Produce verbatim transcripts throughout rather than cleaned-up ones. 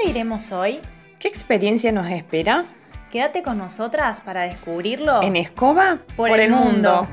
dónde iremos hoy? ¿Qué experiencia nos espera? Quédate con nosotras para descubrirlo En Escoba por, por el, el mundo. mundo.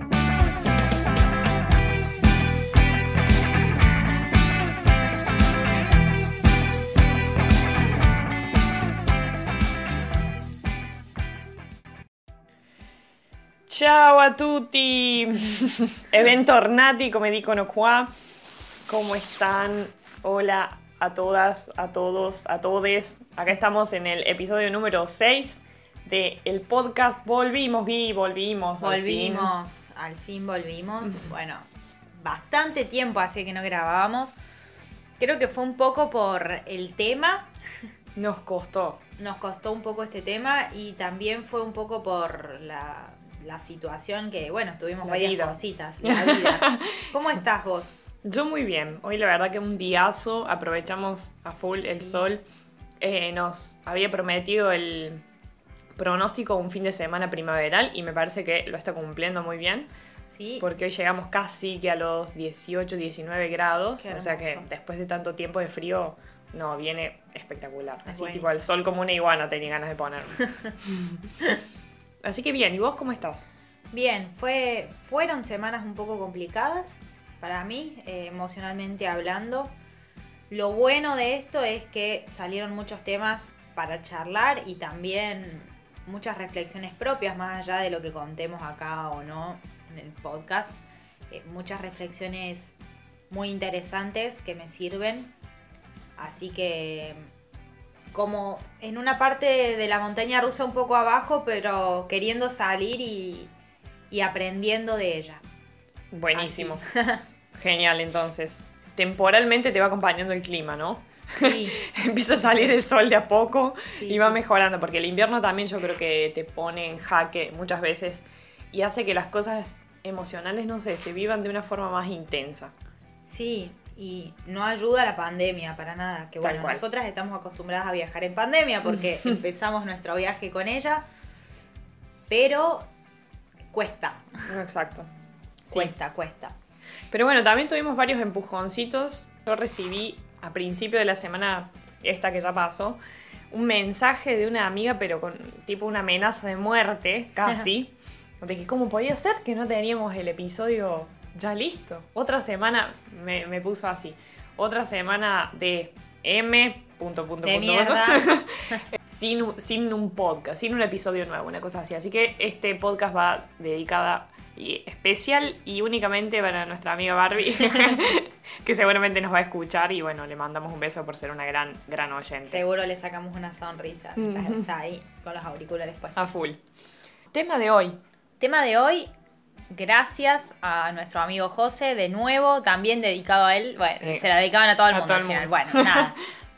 Ciao a tutti, e bentornati, come dicono qua. ¿Cómo están? Hola a todas, a todos, a todes. Acá estamos en el episodio número seis de el podcast. Volvimos, Gui, volvimos. Volvimos, al fin, al fin volvimos. Bueno, bastante tiempo hace que no grabábamos. Creo que fue un poco por el tema. Nos costó. Nos costó un poco este tema y también fue un poco por la... la situación que, bueno, tuvimos la varias vida. cositas, la vida. ¿Cómo estás vos? Yo muy bien. Hoy la verdad que un diazo, aprovechamos a full el sí. sol. Eh, nos había prometido el pronóstico un fin de semana primaveral y me parece que lo está cumpliendo muy bien. Sí. Porque hoy llegamos casi que a los dieciocho, diecinueve grados. Qué o sea que hermoso. Después de tanto tiempo de frío, no, viene espectacular. Es Así buenísimo. Tipo el sol como una iguana tenía ganas de ponerme. Así que bien, ¿y vos cómo estás? Bien, fue, fueron semanas un poco complicadas para mí, eh, emocionalmente hablando. Lo bueno de esto es que salieron muchos temas para charlar y también muchas reflexiones propias, más allá de lo que contemos acá o no en el podcast. Eh, muchas reflexiones muy interesantes que me sirven. Así que... como en una parte de la montaña rusa un poco abajo, pero queriendo salir y, y aprendiendo de ella. Buenísimo. Genial, entonces. Temporalmente te va acompañando el clima, ¿no? Sí. Empieza a salir el sol de a poco sí, y va sí. mejorando, porque el invierno también yo creo que te pone en jaque muchas veces y hace que las cosas emocionales, no sé, se vivan de una forma más intensa. Sí. Y no ayuda a la pandemia para nada. Que bueno, nosotras estamos acostumbradas a viajar en pandemia porque empezamos nuestro viaje con ella. Pero cuesta. Exacto. Sí. Cuesta, cuesta. Pero bueno, también tuvimos varios empujoncitos. Yo recibí a principio de la semana, esta que ya pasó, un mensaje de una amiga, pero con tipo una amenaza de muerte, casi. De que cómo podía ser que no teníamos el episodio... ya listo. Otra semana me, me puso así. Otra semana de M. Punto, punto, de punto, mierda. punto. sin, sin un podcast, sin un episodio nuevo, una cosa así. Así que este podcast va dedicada y especial y únicamente para nuestra amiga Barbie, que seguramente nos va a escuchar y bueno, le mandamos un beso por ser una gran, gran oyente. Seguro le sacamos una sonrisa mientras mm. está ahí con los auriculares puestos. A full. Tema de hoy. Tema de hoy. Gracias a nuestro amigo José, de nuevo, también dedicado a él. Bueno, eh, se la dedicaban a todo el a mundo todo al el final. mundo. Bueno, nada.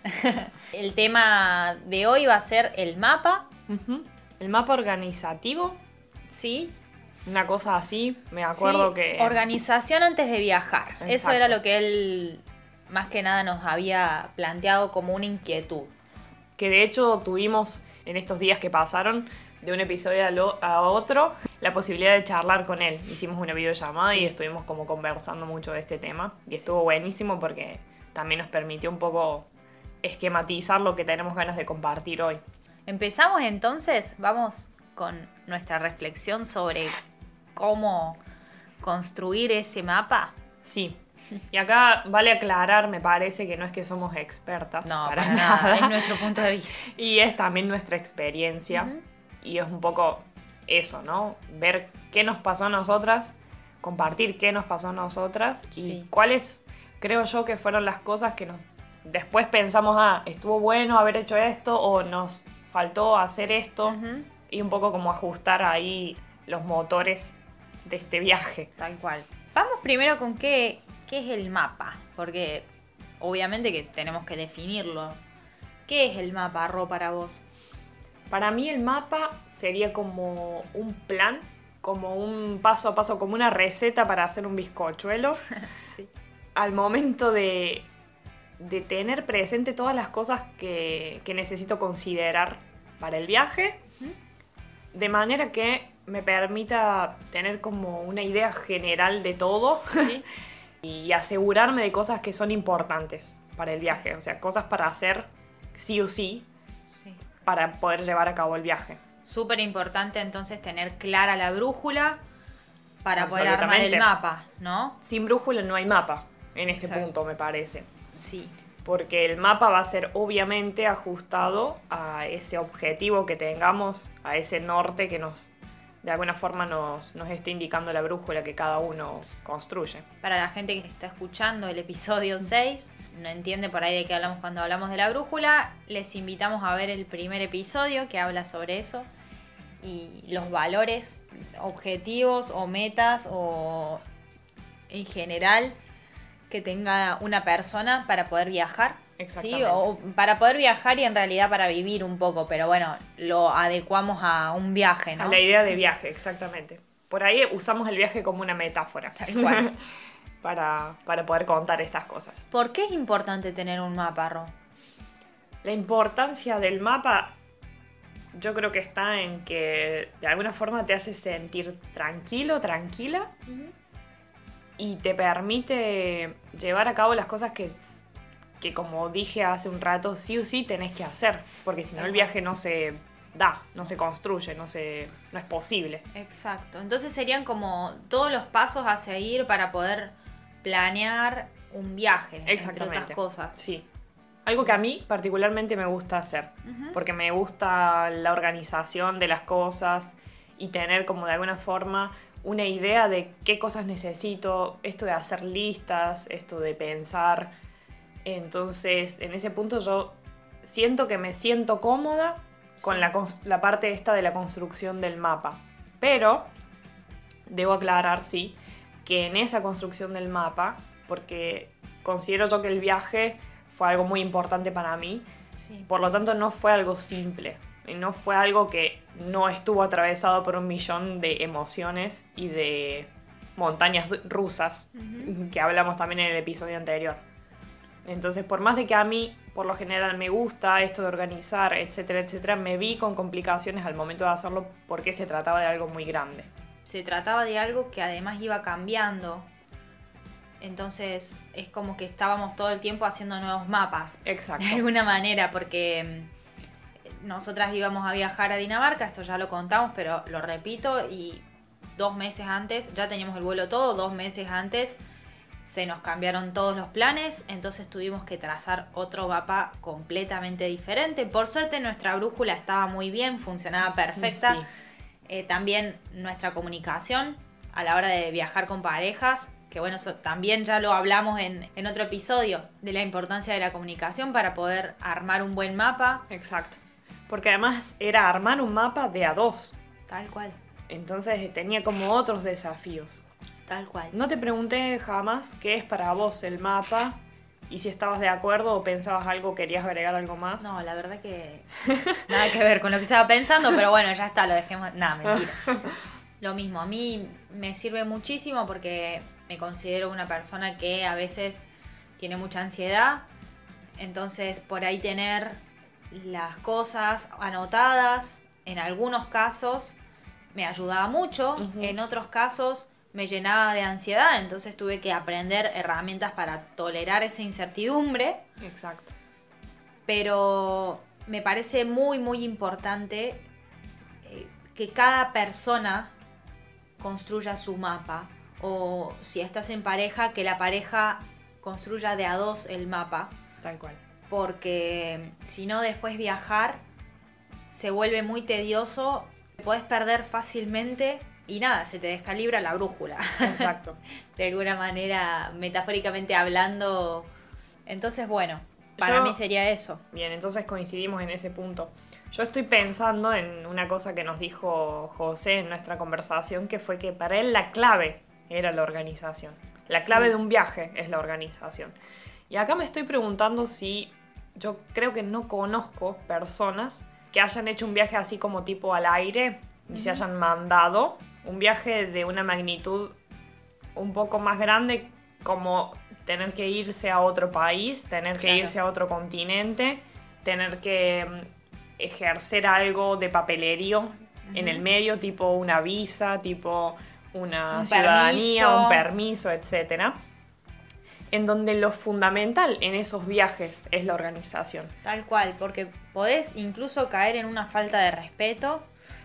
El tema de hoy va a ser el mapa. Uh-huh. El mapa organizativo. Sí. Una cosa así, me acuerdo sí, que... organización antes de viajar. Exacto. Eso era lo que él, más que nada, nos había planteado como una inquietud. Que de hecho tuvimos en estos días que pasaron... de un episodio a, lo, a otro, la posibilidad de charlar con él. Hicimos una videollamada sí. y estuvimos como conversando mucho de este tema. Y estuvo buenísimo porque también nos permitió un poco esquematizar lo que tenemos ganas de compartir hoy. Empezamos entonces, vamos con nuestra reflexión sobre cómo construir ese mapa. Sí. Y acá vale aclarar, me parece, que no es que somos expertas. No, para, para nada. nada. Es nuestro punto de vista. Y es también nuestra experiencia. Uh-huh. Y es un poco eso, ¿no? Ver qué nos pasó a nosotras, compartir qué nos pasó a nosotras y sí. cuáles creo yo que fueron las cosas que nos después pensamos, ah, estuvo bueno haber hecho esto o nos faltó hacer esto uh-huh. y un poco como ajustar ahí los motores de este viaje. Tal cual. Vamos primero con qué, qué es el mapa, porque obviamente que tenemos que definirlo. ¿Qué es el mapa, Ro, para vos? Para mí el mapa sería como un plan, como un paso a paso, como una receta para hacer un bizcochuelo. Sí. Al momento de, de tener presente todas las cosas que, que necesito considerar para el viaje, ¿Mm? de manera que me permita tener como una idea general de todo. ¿Sí? Y asegurarme de cosas que son importantes para el viaje, o sea, cosas para hacer sí o sí, Sí. para poder llevar a cabo el viaje. Súper importante entonces tener clara la brújula para poder armar Absolutamente. el mapa, ¿no? Sin brújula no hay mapa en este Exacto. punto, me parece. Sí. Porque el mapa va a ser obviamente ajustado a ese objetivo que tengamos, a ese norte que nos, de alguna forma nos, nos esté indicando la brújula que cada uno construye. Para la gente que está escuchando el episodio seis, no entiende por ahí de qué hablamos cuando hablamos de la brújula, les invitamos a ver el primer episodio que habla sobre eso y los valores, objetivos o metas o en general que tenga una persona para poder viajar. Exactamente. ¿Sí? O para poder viajar y en realidad para vivir un poco, pero bueno, lo adecuamos a un viaje, ¿no? A la idea de viaje, exactamente. Por ahí usamos el viaje como una metáfora. Tal cual. para, para poder contar estas cosas. ¿Por qué es importante tener un mapa, Ro? La importancia del mapa yo creo que está en que de alguna forma te hace sentir tranquilo, tranquila, Uh-huh. y te permite llevar a cabo las cosas que, que, como dije hace un rato, sí o sí tenés que hacer, porque si no el viaje no se da, no se construye, no, se, no es posible. Exacto. Entonces serían como todos los pasos a seguir para poder planear un viaje, entre Exactamente. otras cosas. Sí. Algo que a mí particularmente me gusta hacer, Uh-huh. porque me gusta la organización de las cosas y tener como de alguna forma una idea de qué cosas necesito, esto de hacer listas, esto de pensar. Entonces, en ese punto yo siento que me siento cómoda con Sí. la, cons- la parte esta de la construcción del mapa. Pero, debo aclarar, sí, que en esa construcción del mapa, porque considero yo que el viaje fue algo muy importante para mí, Sí. por lo tanto no fue algo simple, y no fue algo que no estuvo atravesado por un millón de emociones y de montañas rusas, Uh-huh. que hablamos también en el episodio anterior. Entonces, por más de que a mí, por lo general, me gusta esto de organizar, etcétera, etcétera, me vi con complicaciones al momento de hacerlo porque se trataba de algo muy grande. Se trataba de algo que además iba cambiando. Entonces es como que estábamos todo el tiempo haciendo nuevos mapas. Exacto. De alguna manera, porque mm, nosotras íbamos a viajar a Dinamarca, esto ya lo contamos, pero lo repito, y dos meses antes, ya teníamos el vuelo todo, dos meses antes se nos cambiaron todos los planes, entonces tuvimos que trazar otro mapa completamente diferente. Por suerte nuestra brújula estaba muy bien, funcionaba perfecta. Sí. Eh, también nuestra comunicación a la hora de viajar con parejas, que bueno, eso también ya lo hablamos en, en otro episodio, de la importancia de la comunicación para poder armar un buen mapa. Exacto. Porque además era armar un mapa de a dos. Tal cual, Entonces tenía como otros desafíos. tal cual. No te pregunté jamás qué es para vos el mapa y si estabas de acuerdo o pensabas algo, querías agregar algo más. No, la verdad que nada que ver con lo que estaba pensando, pero bueno, ya está, lo dejemos. Nada, mentira. Lo mismo, a mí me sirve muchísimo porque me considero una persona que a veces tiene mucha ansiedad, entonces por ahí tener las cosas anotadas, en algunos casos me ayudaba mucho, Ujú. en otros casos me llenaba de ansiedad, entonces tuve que aprender herramientas para tolerar esa incertidumbre. Exacto. Pero me parece muy, muy importante eh, que cada persona construya su mapa. O si estás en pareja, que la pareja construya de a dos el mapa. Tal cual. Porque si no, después viajar se vuelve muy tedioso. Puedes perder fácilmente y nada, se te descalibra la brújula. Exacto. De alguna manera, metafóricamente hablando. Entonces, bueno, para Yo- mí sería eso. Bien, entonces coincidimos en ese punto. Yo estoy pensando en una cosa que nos dijo José en nuestra conversación, que fue que para él la clave era la organización. La Sí. clave de un viaje es la organización. Y acá me estoy preguntando si yo creo que no conozco personas que hayan hecho un viaje así como tipo al aire y se hayan mandado un viaje de una magnitud un poco más grande, como tener que irse a otro país, tener que Claro. irse a otro continente, tener que mm, ejercer algo de papelerío en el medio, tipo una visa, tipo una Un ciudadanía, permiso. un permiso, etcétera. en donde lo fundamental en esos viajes es la organización. Tal cual, porque podés incluso caer en una falta de respeto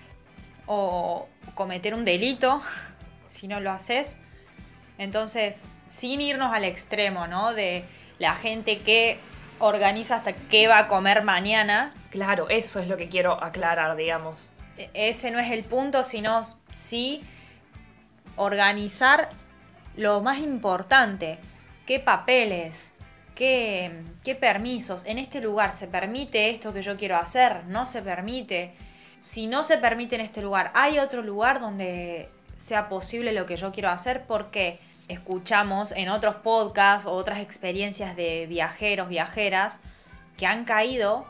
o cometer un delito si no lo haces. Entonces, sin irnos al extremo, ¿no? De la gente que organiza hasta qué va a comer mañana. Claro, eso es lo que quiero aclarar, digamos. Ese no es el punto, sino sí organizar lo más importante. ¿Qué papeles? ¿Qué, qué permisos? ¿En este lugar se permite esto que yo quiero hacer? ¿No se permite? Si no se permite en este lugar, ¿hay otro lugar donde sea posible lo que yo quiero hacer? Porque escuchamos en otros podcasts o otras experiencias de viajeros, viajeras que han caído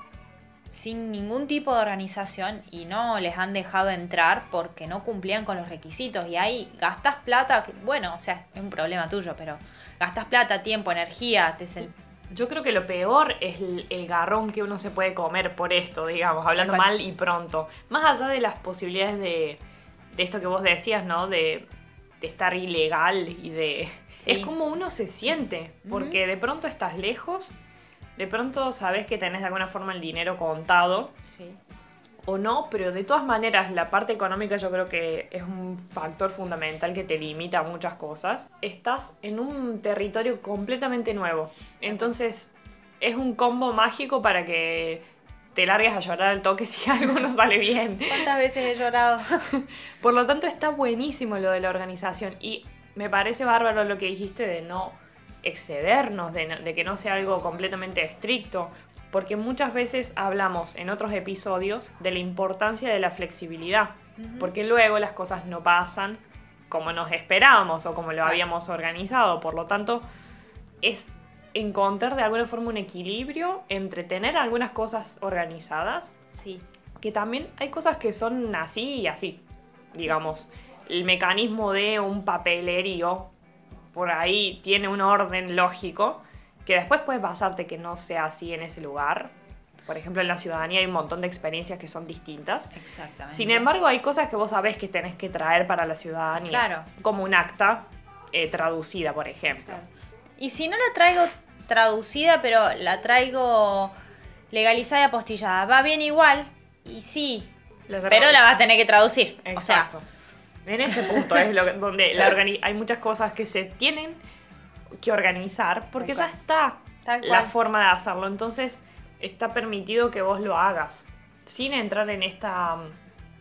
sin ningún tipo de organización y no les han dejado entrar porque no cumplían con los requisitos. Y ahí gastás plata, que, bueno, o sea, es un problema tuyo, pero gastás plata, tiempo, energía. Te sen- Yo creo que lo peor es el, el garrón que uno se puede comer por esto, digamos, hablando mal y pronto. Más allá de las posibilidades de, de esto que vos decías, ¿no? De, de estar ilegal y de... Sí. Es como uno se siente, porque uh-huh. de pronto estás lejos, de pronto sabes que tenés de alguna forma el dinero contado. Sí. O no, pero de todas maneras la parte económica yo creo que es un factor fundamental que te limita a muchas cosas. Estás en un territorio completamente nuevo, entonces es un combo mágico para que te largues a llorar al toque si algo no sale bien. ¿Cuántas veces he llorado? Por lo tanto está buenísimo lo de la organización y me parece bárbaro lo que dijiste de no excedernos, de, no, de que no sea algo completamente estricto. Porque muchas veces hablamos en otros episodios de la importancia de la flexibilidad. Uh-huh. Porque luego las cosas no pasan como nos esperábamos o como lo Exacto. habíamos organizado. Por lo tanto, es encontrar de alguna forma un equilibrio entre tener algunas cosas organizadas. Sí. Que también hay cosas que son así y así. Digamos, sí. El mecanismo de un papelerío por ahí tiene un orden lógico. Que después puede pasarte que no sea así en ese lugar. Por ejemplo, en la ciudadanía hay un montón de experiencias que son distintas. Exactamente. Sin embargo, hay cosas que vos sabés que tenés que traer para la ciudadanía. Claro. Como un acta eh, traducida, por ejemplo. Claro. Y si no la traigo traducida, pero la traigo legalizada y apostillada, va bien igual. Y sí, pero la vas a tener que traducir. Exacto. O sea, en ese punto es lo que, donde la organi- hay muchas cosas que se tienen que organizar porque ya está la forma de hacerlo, entonces está permitido que vos lo hagas sin entrar en esta um,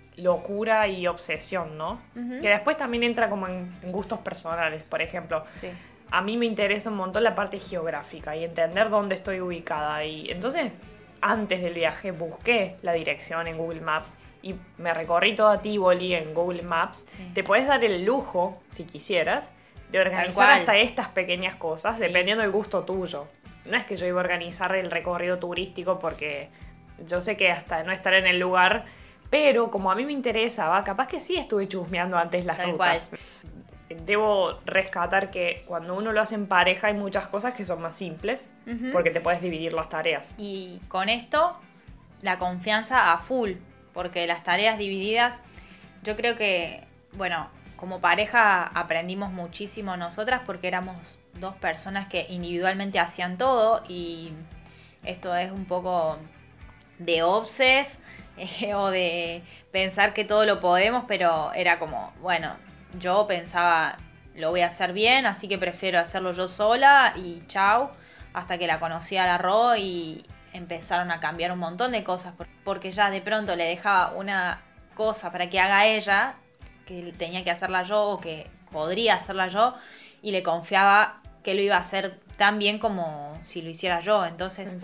locura y obsesión, ¿no? Uh-huh. Que después también entra como en, en gustos personales. Por ejemplo, sí. A mí me interesa un montón la parte geográfica y entender dónde estoy ubicada y entonces antes del viaje busqué la dirección en Google Maps y me recorrí toda Tivoli en Google Maps. Sí. Te podés dar el lujo, si quisieras, de organizar hasta estas pequeñas cosas, sí. Dependiendo del gusto tuyo. No es que yo iba a organizar el recorrido turístico porque yo sé que hasta no estar en el lugar, pero como a mí me interesaba, capaz que sí estuve chusmeando antes las Tal rutas. Cual. Debo rescatar que cuando uno lo hace en pareja hay muchas cosas que son más simples, uh-huh. Porque te puedes dividir las tareas. Y con esto, la confianza a full, porque las tareas divididas, yo creo que, bueno... Como pareja aprendimos muchísimo nosotras porque éramos dos personas que individualmente hacían todo y esto es un poco de obses eh, o de pensar que todo lo podemos, pero era como, bueno, yo pensaba lo voy a hacer bien, así que prefiero hacerlo yo sola y chau, hasta que la conocí a la Ro y empezaron a cambiar un montón de cosas porque ya de pronto le dejaba una cosa para que haga ella que tenía que hacerla yo o que podría hacerla yo y le confiaba que lo iba a hacer tan bien como si lo hiciera yo. Entonces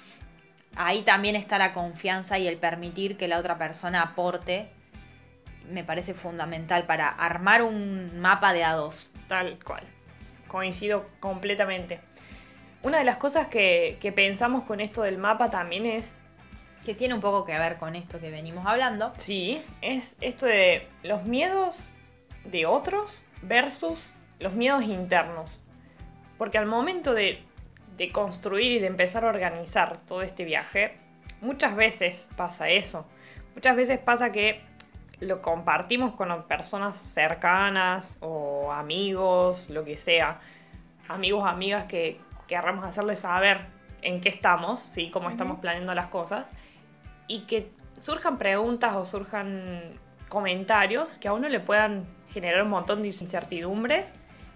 ahí también está la confianza y el permitir que la otra persona aporte. Me parece fundamental para armar un mapa de a dos. Tal cual, coincido completamente. Una de las cosas que, que pensamos con esto del mapa también es que tiene un poco que ver con esto que venimos hablando. Sí, es esto de los miedos de otros versus los miedos internos. Porque al momento de, de construir y de empezar a organizar todo este viaje, muchas veces pasa eso. Muchas veces pasa que lo compartimos con personas cercanas o amigos, lo que sea. amigos o amigas que querramos hacerles saber en qué estamos, ¿sí? Cómo uh-huh. estamos planeando las cosas, y que surjan preguntas o surjan comentarios que a uno le puedan generar un montón de incertidumbres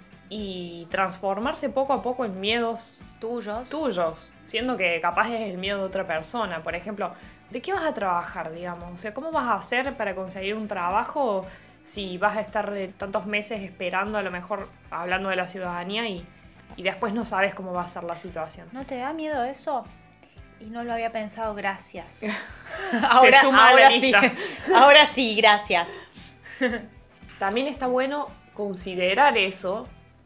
y transformarse poco a poco en miedos tuyos, tuyos, siendo que capaz es el miedo de otra persona. Por ejemplo, ¿de qué vas a trabajar, digamos? O sea, ¿cómo vas a hacer para conseguir un trabajo si vas a estar de tantos meses esperando, a lo mejor hablando de la ciudadanía, y, y después no sabes cómo va a ser la situación? ¿No te da miedo eso? Y no lo había pensado, gracias. ahora, Se suma ahora a la sí, lista. ahora sí, gracias. También está bueno considerar eso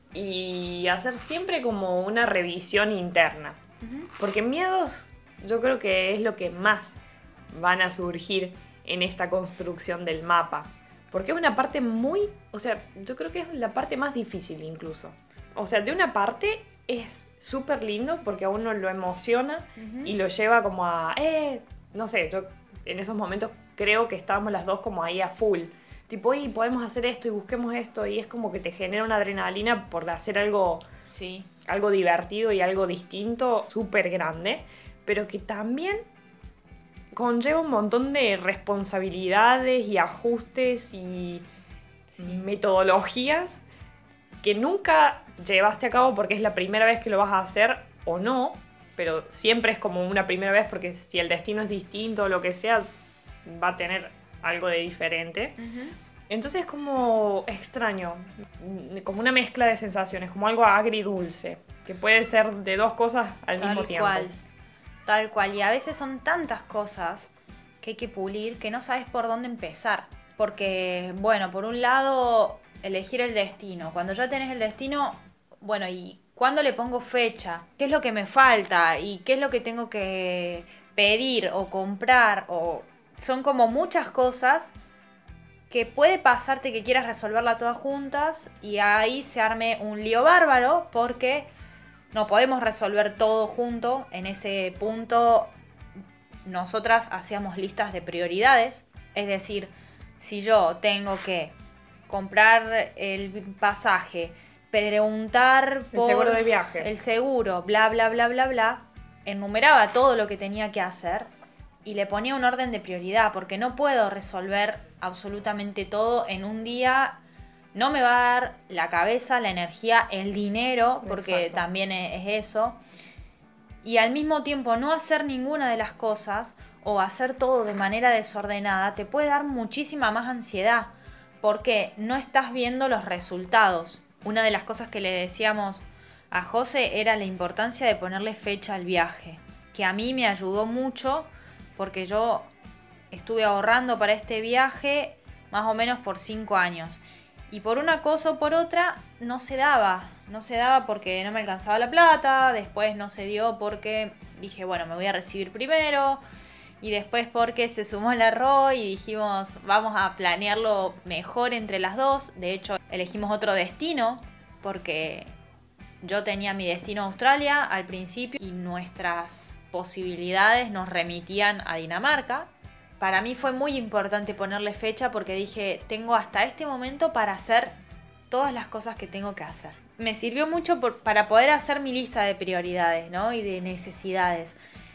y hacer siempre como una revisión interna. Uh-huh. Porque miedos yo creo que es lo que más van a surgir en esta construcción del mapa. Porque es una parte muy, o sea, yo creo que es la parte más difícil incluso. O sea, de una parte es súper lindo porque a uno lo emociona uh-huh. y lo lleva como a, eh, no sé, yo en esos momentos creo que estábamos las dos como ahí a full. Tipo, y podemos hacer esto y busquemos esto, y es como que te genera una adrenalina por hacer algo, sí. algo divertido y algo distinto, súper grande, pero que también conlleva un montón de responsabilidades y ajustes y sí. metodologías que nunca llevaste a cabo porque es la primera vez que lo vas a hacer o no, pero siempre es como una primera vez porque si el destino es distinto o lo que sea, va a tener algo de diferente. Uh-huh. Entonces es como extraño, como una mezcla de sensaciones, como algo agridulce, que puede ser de dos cosas al tal mismo tiempo. Cual, tal cual, y a veces son tantas cosas que hay que pulir que no sabes por dónde empezar. Porque, bueno, por un lado, elegir el destino. Cuando ya tenés el destino, bueno, ¿y cuándo le pongo fecha? ¿Qué es lo que me falta? ¿Y qué es lo que tengo que pedir o comprar? O son como muchas cosas que puede pasarte que quieras resolverla todas juntas y ahí se arme un lío bárbaro porque no podemos resolver todo junto. En ese punto nosotras hacíamos listas de prioridades, es decir, si yo tengo que comprar el pasaje, preguntar por el seguro de viaje, el seguro, bla bla bla bla bla, enumeraba todo lo que tenía que hacer y le ponía un orden de prioridad, porque no puedo resolver absolutamente todo en un día. No me va a dar la cabeza, la energía, el dinero, porque Exacto. también es eso. Y al mismo tiempo no hacer ninguna de las cosas o hacer todo de manera desordenada te puede dar muchísima más ansiedad, porque no estás viendo los resultados. Una de las cosas que le decíamos a José era la importancia de ponerle fecha al viaje, que a mí me ayudó mucho porque yo estuve ahorrando para este viaje más o menos por cinco años. Y por una cosa o por otra no se daba, no se daba porque no me alcanzaba la plata, después no se dio porque dije, bueno, me voy a recibir primero, y después porque se sumó la R O y dijimos, vamos a planearlo mejor entre las dos. De hecho, elegimos otro destino porque yo tenía mi destino a Australia al principio y nuestras posibilidades nos remitían a Dinamarca. Para mí fue muy importante ponerle fecha porque dije, tengo hasta este momento para hacer todas las cosas que tengo que hacer. Me sirvió mucho por, para poder hacer mi lista de prioridades, ¿no? Y de necesidades.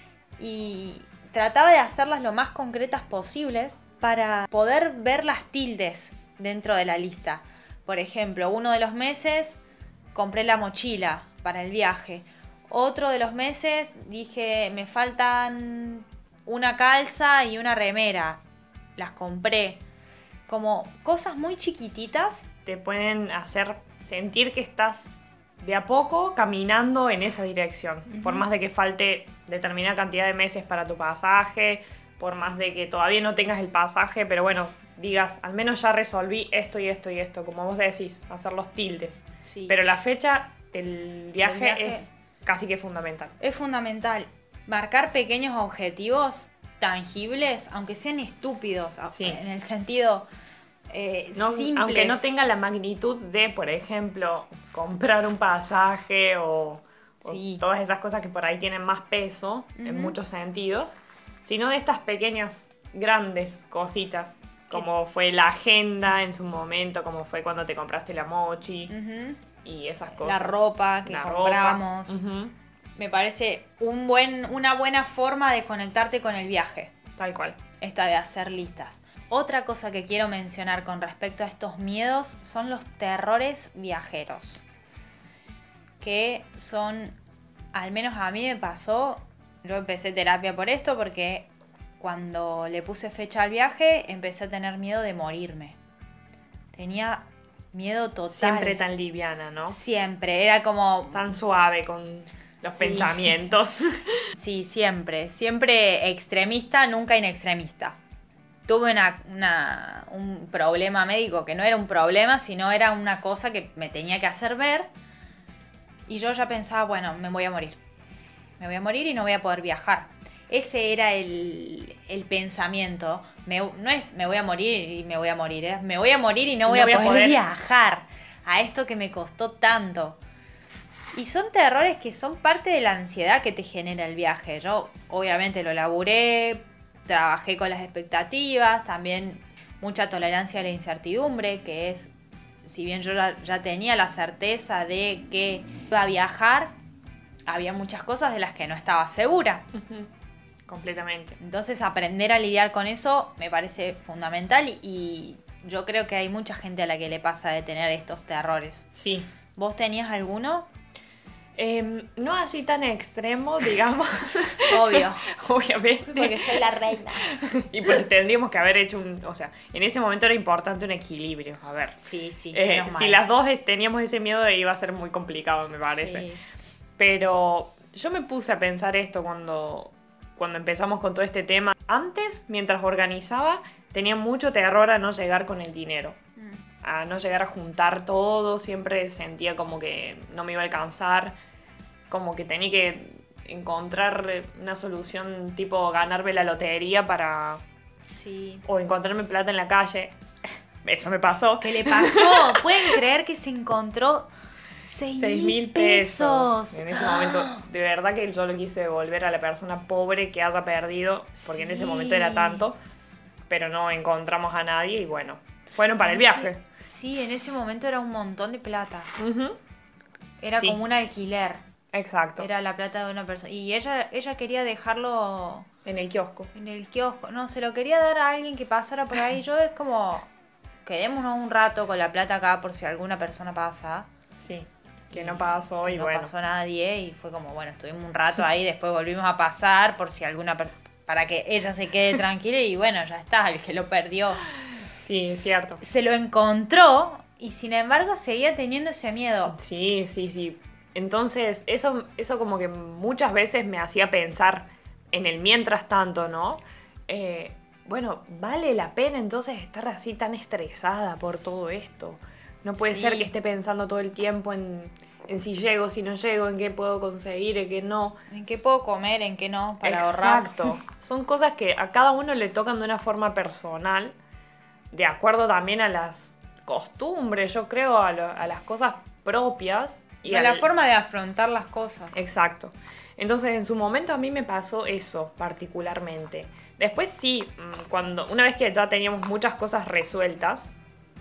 Y trataba de hacerlas lo más concretas posibles para poder ver las tildes dentro de la lista. Por ejemplo, uno de los meses compré la mochila para el viaje. Otro de los meses dije, me faltan una calza y una remera. Las compré. Como cosas muy chiquititas. Te pueden hacer sentir que estás de a poco caminando en esa dirección. Uh-huh. Por más de que falte determinada cantidad de meses para tu pasaje, por más de que todavía no tengas el pasaje, pero bueno, digas, al menos ya resolví esto y esto y esto. Como vos decís, hacer los tildes. Sí. Pero la fecha del viaje, viaje es casi que fundamental. Es fundamental. Marcar pequeños objetivos tangibles, aunque sean estúpidos, sí. en el sentido eh, no, simples. Aunque no tenga la magnitud de, por ejemplo, comprar un pasaje o, sí. o todas esas cosas que por ahí tienen más peso, uh-huh. en muchos sentidos, sino de estas pequeñas, grandes cositas, como fue la agenda en su momento, como fue cuando te compraste la mochi. Uh-huh. y esas cosas. La ropa que La compramos. ropa. Uh-huh. Me parece un buen, una buena forma de conectarte con el viaje. Tal cual. Esta de hacer listas. Otra cosa que quiero mencionar con respecto a estos miedos son los terrores viajeros. Que son, al menos a mí me pasó, yo empecé terapia por esto porque cuando le puse fecha al viaje empecé a tener miedo de morirme. Tenía miedo total. Siempre tan liviana, ¿no? Siempre, era como... Tan suave con los Sí. pensamientos. Sí, siempre. Siempre extremista, nunca inextremista. Tuve una, una, un problema médico que no era un problema, sino era una cosa que me tenía que hacer ver. Y yo ya pensaba, bueno, me voy a morir. Me voy a morir y no voy a poder viajar. Ese era el, el pensamiento. Me, no es me voy a morir y me voy a morir. Es me voy a morir y no voy, No a, voy a poder poder. viajar a esto que me costó tanto. Y son terrores que son parte de la ansiedad que te genera el viaje. Yo obviamente lo laburé, trabajé con las expectativas, también mucha tolerancia a la incertidumbre, que es, si bien yo ya, ya tenía la certeza de que iba a viajar, había muchas cosas de las que no estaba segura. Completamente. Entonces aprender a lidiar con eso me parece fundamental y, y yo creo que hay mucha gente a la que le pasa de tener estos terrores. Sí. ¿Vos tenías alguno? Eh, no así tan extremo, digamos. Obvio. Obviamente. Porque soy la reina. Y porque tendríamos que haber hecho un... O sea, en ese momento era importante un equilibrio. A ver. Sí, sí. Eh, menos si mal. las dos teníamos ese miedo, iba a ser muy complicado, me parece. Sí. Pero yo me puse a pensar esto cuando, cuando empezamos con todo este tema. Antes, mientras organizaba, tenía mucho terror a no llegar con el dinero. Mm. A no llegar a juntar todo. Siempre sentía como que no me iba a alcanzar. Como que tenía que encontrar una solución tipo ganarme la lotería para... Sí. O encontrarme plata en la calle. Eso me pasó. ¿Qué le pasó? ¿Pueden creer que se encontró seis mil pesos. En ese momento, de verdad que yo lo quise devolver a la persona pobre que haya perdido, porque en ese Sí. momento era tanto, pero no encontramos a nadie y bueno, fueron para el viaje. Sí, en ese momento era un montón de plata. Ujú. Era Sí. como un alquiler. Exacto, Era la plata de una persona. Y ella, ella quería dejarlo en el kiosco. en el kiosco. No, se lo quería dar a alguien que pasara por ahí. Yo es como, quedémonos un rato con la plata acá por si alguna persona pasa. Sí, que Y no pasó que y no bueno. pasó nadie y fue como, bueno, estuvimos un rato ahí, después volvimos a pasar por si alguna per- para que ella se quede tranquila y bueno, ya está, el que lo perdió Sí, es cierto. se lo encontró y sin embargo seguía teniendo ese miedo. Sí, sí, sí. Entonces, eso, eso como que muchas veces me hacía pensar en el mientras tanto, ¿no? Eh, bueno, ¿vale la pena entonces estar así tan estresada por todo esto? No puede Sí. ser que esté pensando todo el tiempo en, en si llego, si no llego, en qué puedo conseguir, en qué no. ¿En qué puedo comer? ¿En qué no? Para ahorrar. Exacto. Son cosas que a cada uno le tocan de una forma personal, de acuerdo también a las costumbres, yo creo, a, lo- a las cosas propias. Y a la forma de afrontar las cosas. Exacto. Entonces, en su momento a mí me pasó eso particularmente. Después sí, mm, cuando una vez que ya teníamos muchas cosas resueltas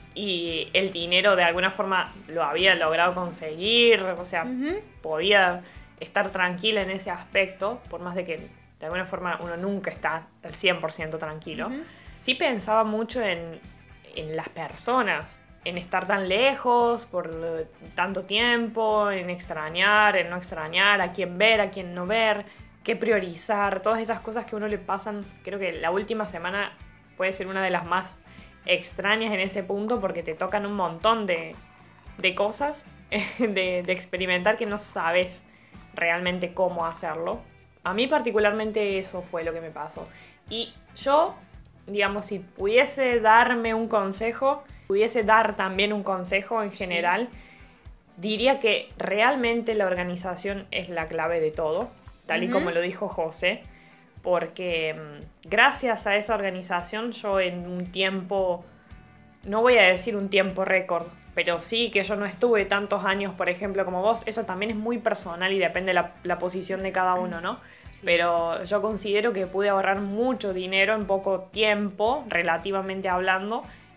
y el dinero de alguna forma lo había logrado conseguir, o sea, Ujú. podía estar tranquila en ese aspecto, por más de que de alguna forma uno nunca está al cien por ciento tranquilo. Ujú. Sí pensaba mucho en, en las personas, en estar tan lejos por eh, tanto tiempo, en extrañar, en no extrañar, a quién ver, a quién no ver, qué priorizar, todas esas cosas que a uno le pasan. Creo que la última semana puede ser una de las más extrañas en ese punto porque te tocan un montón de, de cosas, de, de experimentar que no sabes realmente cómo hacerlo. A mí particularmente eso fue lo que me pasó. Y yo, digamos, si pudiese darme un consejo, pudiese dar también un consejo en general, sí. Diría que realmente la organización es la clave de todo, tal y uh-huh. como lo dijo José, porque mmm, gracias a esa organización yo en un tiempo, no voy a decir un tiempo récord, pero sí que yo no estuve tantos años, por ejemplo, como vos, eso también es muy personal y depende de la, la posición de cada uno, ¿no? Sí. Pero yo considero que pude ahorrar mucho dinero en poco tiempo, relativamente hablando,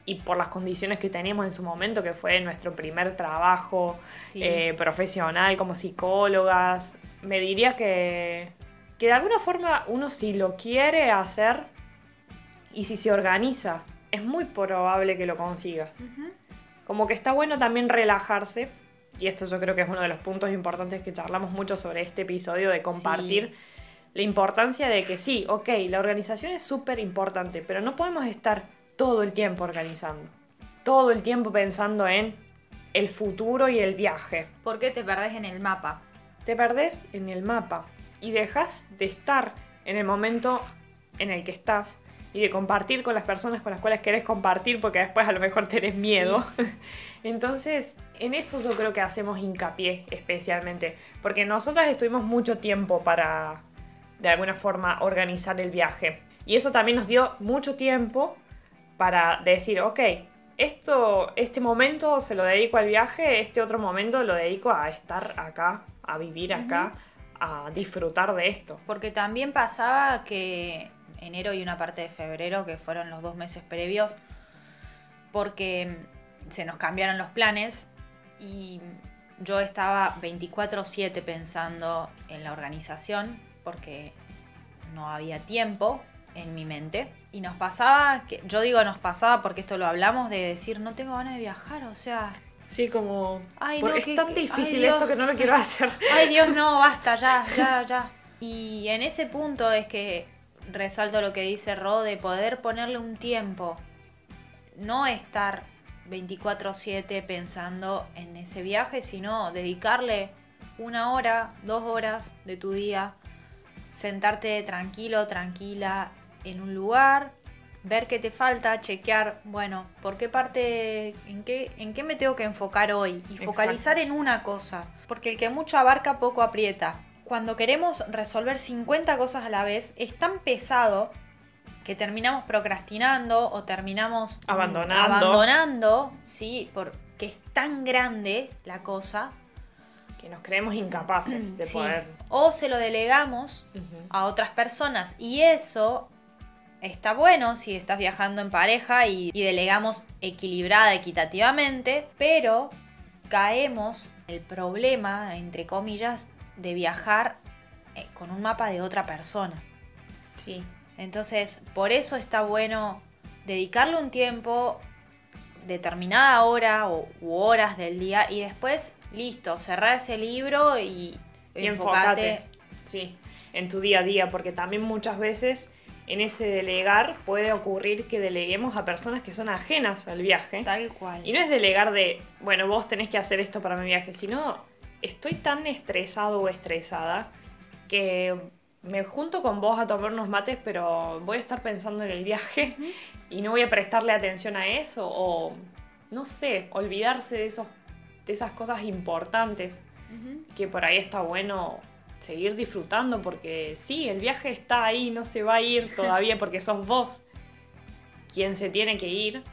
y por las condiciones que teníamos en su momento, que fue nuestro primer trabajo Sí. eh, profesional como psicólogas, me diría que, que de alguna forma uno si lo quiere hacer y si se organiza, es muy probable que lo consigas. Uh-huh. Como que está bueno también relajarse, y esto yo creo que es uno de los puntos importantes que charlamos mucho sobre este episodio, de compartir Sí. la importancia de que sí, ok, la organización es súper importante, pero no podemos estar todo el tiempo organizando, todo el tiempo pensando en el futuro y el viaje. ¿Por qué te perdés en el mapa? Te perdés en el mapa y dejas de estar en el momento en el que estás y de compartir con las personas con las cuales querés compartir, porque después a lo mejor tenés miedo. Sí. Entonces, en eso yo creo que hacemos hincapié especialmente, porque nosotras estuvimos mucho tiempo para, de alguna forma, organizar el viaje. Y eso también nos dio mucho tiempo para decir, ok, esto, este momento se lo dedico al viaje, este otro momento lo dedico a estar acá, a vivir acá, uh-huh. a disfrutar de esto. Porque también pasaba que enero y una parte de febrero, que fueron los dos meses previos, porque se nos cambiaron los planes y yo estaba veinticuatro siete pensando en la organización porque no había tiempo en mi mente. Y nos pasaba, que yo digo nos pasaba porque esto lo hablamos, de decir no tengo ganas de viajar, o sea... Sí, como... Ay, no, es que, tan que, difícil ay, esto que no lo quiero hacer. Ay, Dios, no, basta, ya, ya, ya. Y en ese punto es que resalto lo que dice Ro, de poder ponerle un tiempo. No estar veinticuatro siete pensando en ese viaje, sino dedicarle una hora, dos horas de tu día, sentarte tranquilo, tranquila en un lugar, ver qué te falta, chequear, bueno, por qué parte, en qué, en qué me tengo que enfocar hoy y focalizar en una cosa, porque el que mucho abarca poco aprieta. Cuando queremos resolver cincuenta cosas a la vez, es tan pesado que terminamos procrastinando o terminamos abandonando, abandonando, ¿sí? Porque es tan grande la cosa que nos creemos incapaces de sí. poder... O se lo delegamos uh-huh. a otras personas, y eso está bueno si estás viajando en pareja y, y delegamos equilibrada, equitativamente, pero caemos en el problema, entre comillas, de viajar eh, con un mapa de otra persona. Sí. Entonces, por eso está bueno dedicarle un tiempo, determinada hora o, u horas del día, y después, listo, cerrá ese libro y, y enfócate, sí, en tu día a día, porque también muchas veces en ese delegar puede ocurrir que deleguemos a personas que son ajenas al viaje. Tal cual. Y no es delegar de, bueno, vos tenés que hacer esto para mi viaje, sino estoy tan estresado o estresada que me junto con vos a tomar unos mates, pero voy a estar pensando en el viaje uh-huh. y no voy a prestarle atención a eso, o no sé, olvidarse de, esos, de esas cosas importantes uh-huh. que por ahí está bueno seguir disfrutando, porque sí, el viaje está ahí, no se va a ir todavía porque sos vos quien se tiene que ir.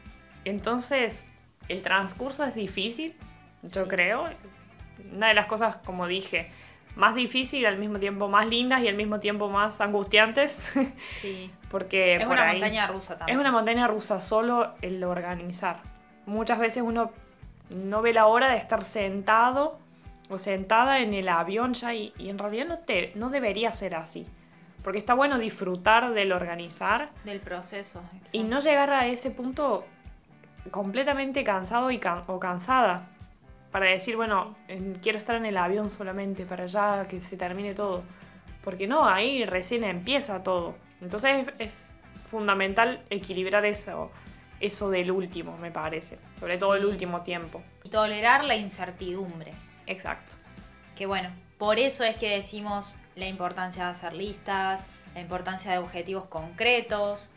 Entonces, el transcurso es difícil, yo sí. creo. Una de las cosas, como dije, más difícil, al mismo tiempo más lindas y al mismo tiempo más angustiantes. Sí. Porque es por una ahí, montaña rusa también. Es una montaña rusa solo el organizar. Muchas veces uno no ve la hora de estar sentado o sentada en el avión ya y, y en realidad no, te, no debería ser así. Porque está bueno disfrutar del organizar. Del proceso. Exacto. Y no llegar a ese punto completamente cansado y can, o cansada. Para decir, bueno, sí. eh, quiero estar en el avión solamente para ya que se termine todo. Porque no, ahí recién empieza todo. Entonces es, es fundamental equilibrar eso, eso del último, me parece. Sobre todo sí. el último tiempo. Y tolerar la incertidumbre. Exacto. Que bueno, por eso es que decimos la importancia de hacer listas, la importancia de objetivos concretos,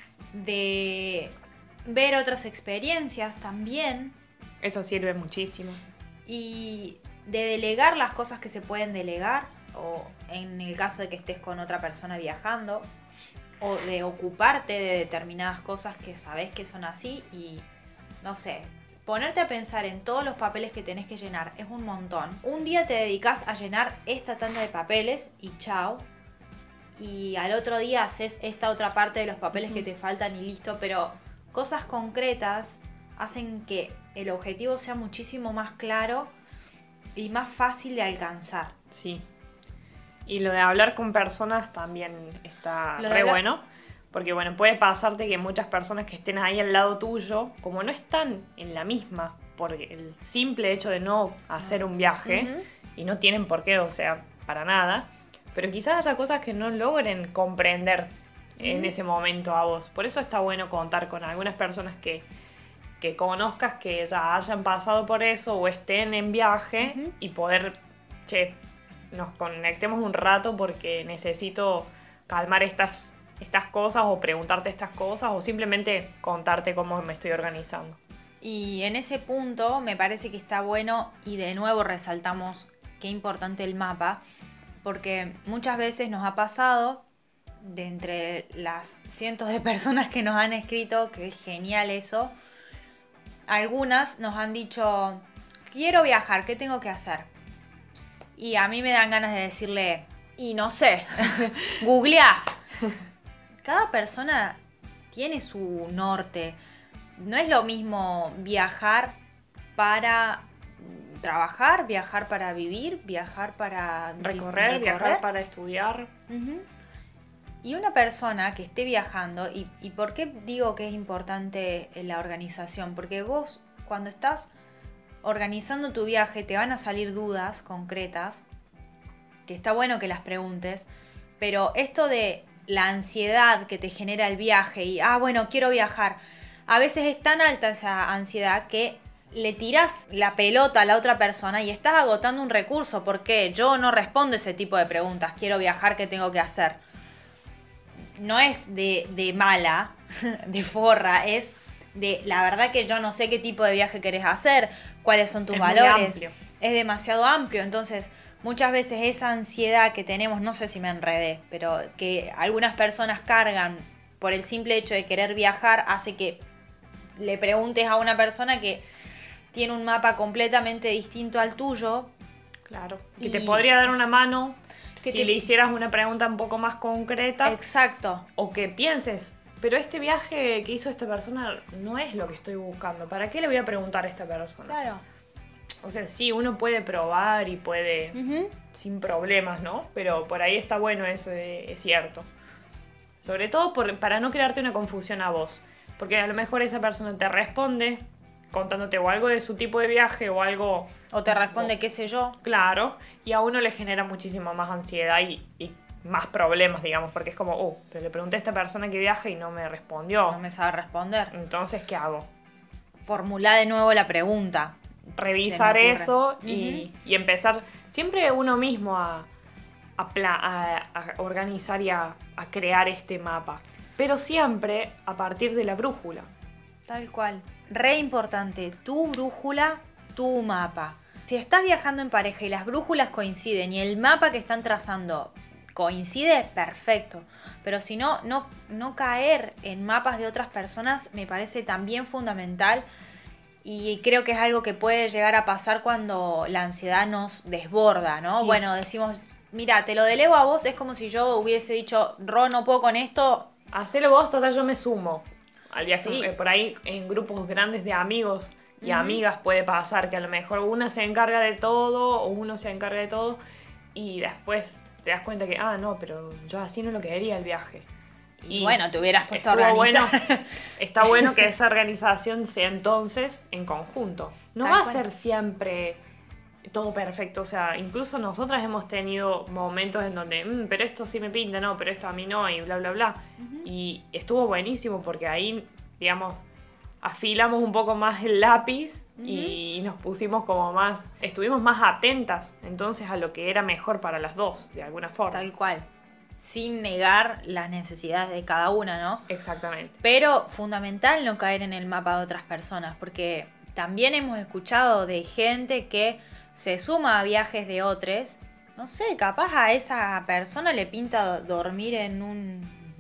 de ver otras experiencias también. Eso sirve muchísimo. Y de delegar las cosas que se pueden delegar, o en el caso de que estés con otra persona viajando, o de ocuparte de determinadas cosas que sabes que son así y, no sé, ponerte a pensar en todos los papeles que tenés que llenar es un montón. Un día te dedicas a llenar esta tanda de papeles y chao. Y al otro día haces esta otra parte de los papeles uh-huh. que te faltan y listo, pero cosas concretas hacen que el objetivo sea muchísimo más claro y más fácil de alcanzar. Sí. Y lo de hablar con personas también está Lo de re hablar- bueno. Porque bueno, puede pasarte que muchas personas que estén ahí al lado tuyo, como no están en la misma, por el simple hecho de no hacer un viaje, Ujú. y no tienen por qué, o sea, para nada, pero quizás haya cosas que no logren comprender en Ujú. ese momento a vos. Por eso está bueno contar con algunas personas que, que conozcas que ya hayan pasado por eso o estén en viaje Ujú. y poder, che, nos conectemos un rato porque necesito calmar estas, estas cosas o preguntarte estas cosas o simplemente contarte cómo me estoy organizando. Y en ese punto me parece que está bueno y de nuevo resaltamos qué importante el mapa, porque muchas veces nos ha pasado, de entre las cientos de personas que nos han escrito, que es genial eso, algunas nos han dicho, quiero viajar, ¿qué tengo que hacer? Y a mí me dan ganas de decirle, y no sé, googleá. Cada persona tiene su norte. No es lo mismo viajar para trabajar, viajar para vivir, viajar para Recorrer, viajar para estudiar. Uh-huh. Y una persona que esté viajando, y, y ¿por qué digo que es importante la organización? Porque vos cuando estás organizando tu viaje te van a salir dudas concretas, que está bueno que las preguntes, pero esto de la ansiedad que te genera el viaje y, ah, bueno, quiero viajar, a veces es tan alta esa ansiedad que le tirás la pelota a la otra persona y estás agotando un recurso, porque yo no respondo ese tipo de preguntas, quiero viajar, ¿qué tengo que hacer? No es de, de mala, de forra, es de la verdad que yo no sé qué tipo de viaje querés hacer, cuáles son tus Es muy valores. amplio. Es demasiado amplio, entonces muchas veces esa ansiedad que tenemos, no sé si me enredé, pero que algunas personas cargan por el simple hecho de querer viajar, hace que le preguntes a una persona que tiene un mapa completamente distinto al tuyo. Claro. Que Y- te podría dar una mano Que si te- le hicieras una pregunta un poco más concreta. Exacto. O que pienses, pero este viaje que hizo esta persona no es lo que estoy buscando. ¿Para qué le voy a preguntar a esta persona? Claro. O sea, sí, uno puede probar y puede Ujú. sin problemas, ¿no? Pero por ahí está bueno eso, eh, es cierto. Sobre todo por- para no crearte una confusión a vos. Porque a lo mejor esa persona te responde contándote o algo de su tipo de viaje o algo... O te responde, qué sé yo. Claro, y a uno le genera muchísimo más ansiedad y, y más problemas, digamos, porque es como, oh, pero le pregunté a esta persona que viaja y no me respondió. No me sabe responder. Entonces, ¿qué hago? Formulá de nuevo la pregunta. Revisar Se me ocurre. eso y, y empezar siempre uno mismo a, a, pla- a- a organizar y a, a crear este mapa. Pero siempre a partir de la brújula. Tal cual. Re importante, tu brújula, tu mapa. Si estás viajando en pareja y las brújulas coinciden y el mapa que están trazando coincide, perfecto. Pero si no, no, no caer en mapas de otras personas me parece también fundamental. Y creo que es algo que puede llegar a pasar cuando la ansiedad nos desborda, ¿no? Sí. Bueno, decimos, mira, te lo delego a vos, es como si yo hubiese dicho, Ro, no puedo con esto. Hacelo vos, total, yo me sumo al viaje. Sí. Eh, Por ahí en grupos grandes de amigos y Ujú. amigas puede pasar que a lo mejor una se encarga de todo o uno se encarga de todo y después te das cuenta que, ah, no, pero yo así no lo quería el viaje. Y, bueno, te hubieras puesto a estuvo organizar. bueno, está bueno que esa organización sea entonces en conjunto. No Tal va a cual. ser siempre todo perfecto. O sea, incluso nosotras hemos tenido momentos en donde, "Mm, pero esto sí me pinta, no, pero esto a mí no, y bla, bla, bla. Y estuvo buenísimo porque ahí, digamos, afilamos un poco más el lápiz y nos pusimos como más, estuvimos más atentas entonces a lo que era mejor para las dos, de alguna forma. Tal cual. Sin negar las necesidades de cada una, ¿no? Exactamente. Pero fundamental no caer en el mapa de otras personas, porque también hemos escuchado de gente que se suma a viajes de otros. No sé, capaz a esa persona le pinta dormir en un,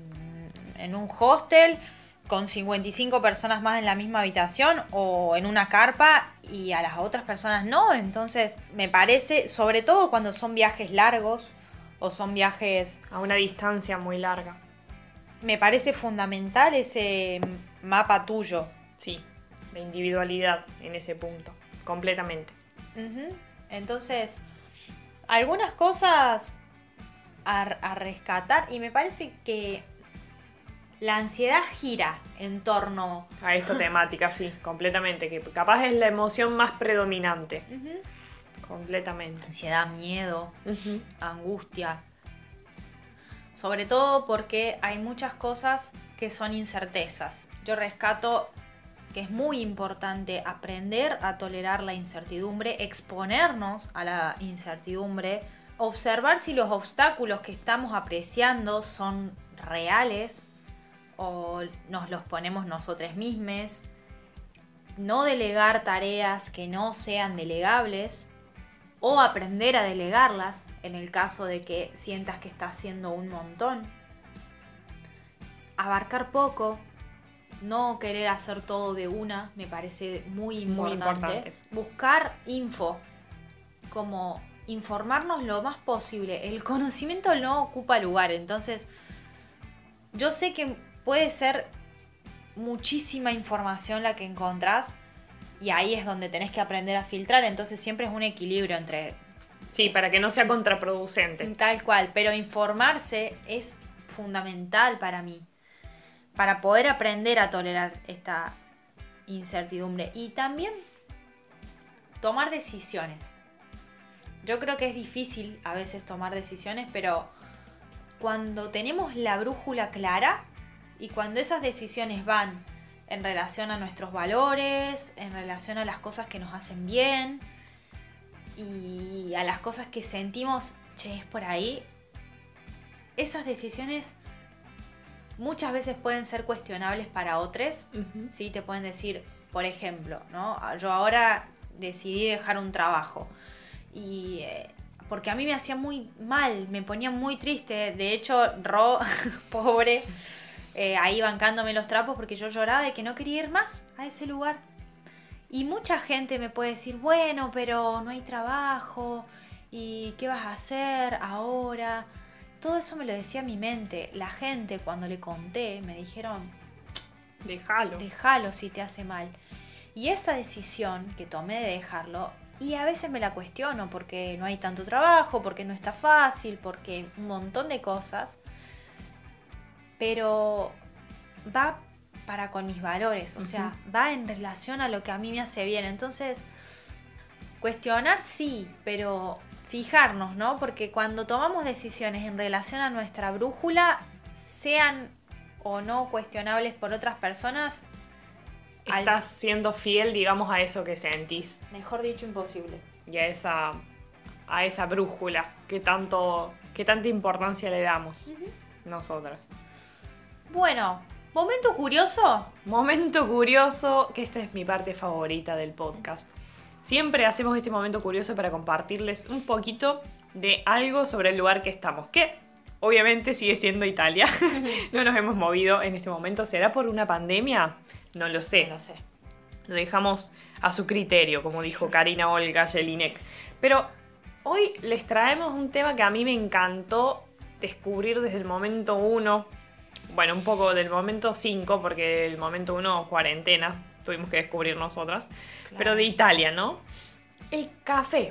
en un hostel con cincuenta y cinco personas más en la misma habitación o en una carpa y a las otras personas no. Entonces me parece, sobre todo cuando son viajes largos o son viajes A una distancia muy larga. me parece fundamental ese mapa tuyo. Sí, de individualidad en ese punto, completamente. Uh-huh. Entonces, algunas cosas a, a rescatar, y me parece que la ansiedad gira en torno a esta temática, sí, completamente, que capaz es la emoción más predominante. Uh-huh. Completamente. Ansiedad, miedo, uh-huh. angustia. Sobre todo porque hay muchas cosas que son incertezas. Yo rescato que es muy importante aprender a tolerar la incertidumbre, exponernos a la incertidumbre, observar si los obstáculos que estamos apreciando son reales o nos los ponemos nosotros mismos, no delegar tareas que no sean delegables o aprender a delegarlas en el caso de que sientas que estás haciendo un montón. Abarcar poco, no querer hacer todo de una, me parece muy importante. Muy importante. Buscar info, como informarnos lo más posible. El conocimiento no ocupa lugar, entonces yo sé que puede ser muchísima información la que encontrás y ahí es donde tenés que aprender a filtrar, entonces siempre es un equilibrio entre... Sí, para que no sea contraproducente. Tal cual, pero informarse es fundamental para mí, para poder aprender a tolerar esta incertidumbre y también tomar decisiones. Yo creo que es difícil a veces tomar decisiones, pero cuando tenemos la brújula clara y cuando esas decisiones van en relación a nuestros valores, en relación a las cosas que nos hacen bien y a las cosas que sentimos, che, es por ahí, esas decisiones muchas veces pueden ser cuestionables para otros. Uh-huh. ¿Sí? Te pueden decir, por ejemplo, ¿no? Yo ahora decidí dejar un trabajo y eh, porque a mí me hacía muy mal, me ponía muy triste. De hecho, Ro, pobre, eh, ahí bancándome los trapos porque yo lloraba de que no quería ir más a ese lugar. Y mucha gente me puede decir, bueno, pero no hay trabajo y ¿qué vas a hacer ahora? Todo eso me lo decía mi mente. La gente, cuando le conté, me dijeron, déjalo. Déjalo si te hace mal. Y esa decisión que tomé de dejarlo, y a veces me la cuestiono porque no hay tanto trabajo, porque no está fácil, porque un montón de cosas, pero va para con mis valores, o uh-huh. sea, va en relación a lo que a mí me hace bien. Entonces, cuestionar sí, pero fijarnos, ¿no? Porque cuando tomamos decisiones en relación a nuestra brújula, sean o no cuestionables por otras personas, estás al... siendo fiel, digamos, a eso que sentís. Mejor dicho, imposible. Y a esa, a esa brújula que tanto, que tanta importancia le damos uh-huh. nosotras. Bueno, momento curioso. Momento curioso, que esta es mi parte favorita del podcast. Siempre hacemos este momento curioso para compartirles un poquito de algo sobre el lugar que estamos, que obviamente sigue siendo Italia. No nos hemos movido en este momento. ¿Será por una pandemia? No lo sé. No lo sé. Lo dejamos a su criterio, como dijo Karina Olga Jelinek. Pero hoy les traemos un tema que a mí me encantó descubrir desde el momento uno. Bueno, un poco del momento cinco, porque el momento uno, cuarentena, tuvimos que descubrir nosotras. Claro. Pero de Italia, ¿no? El café.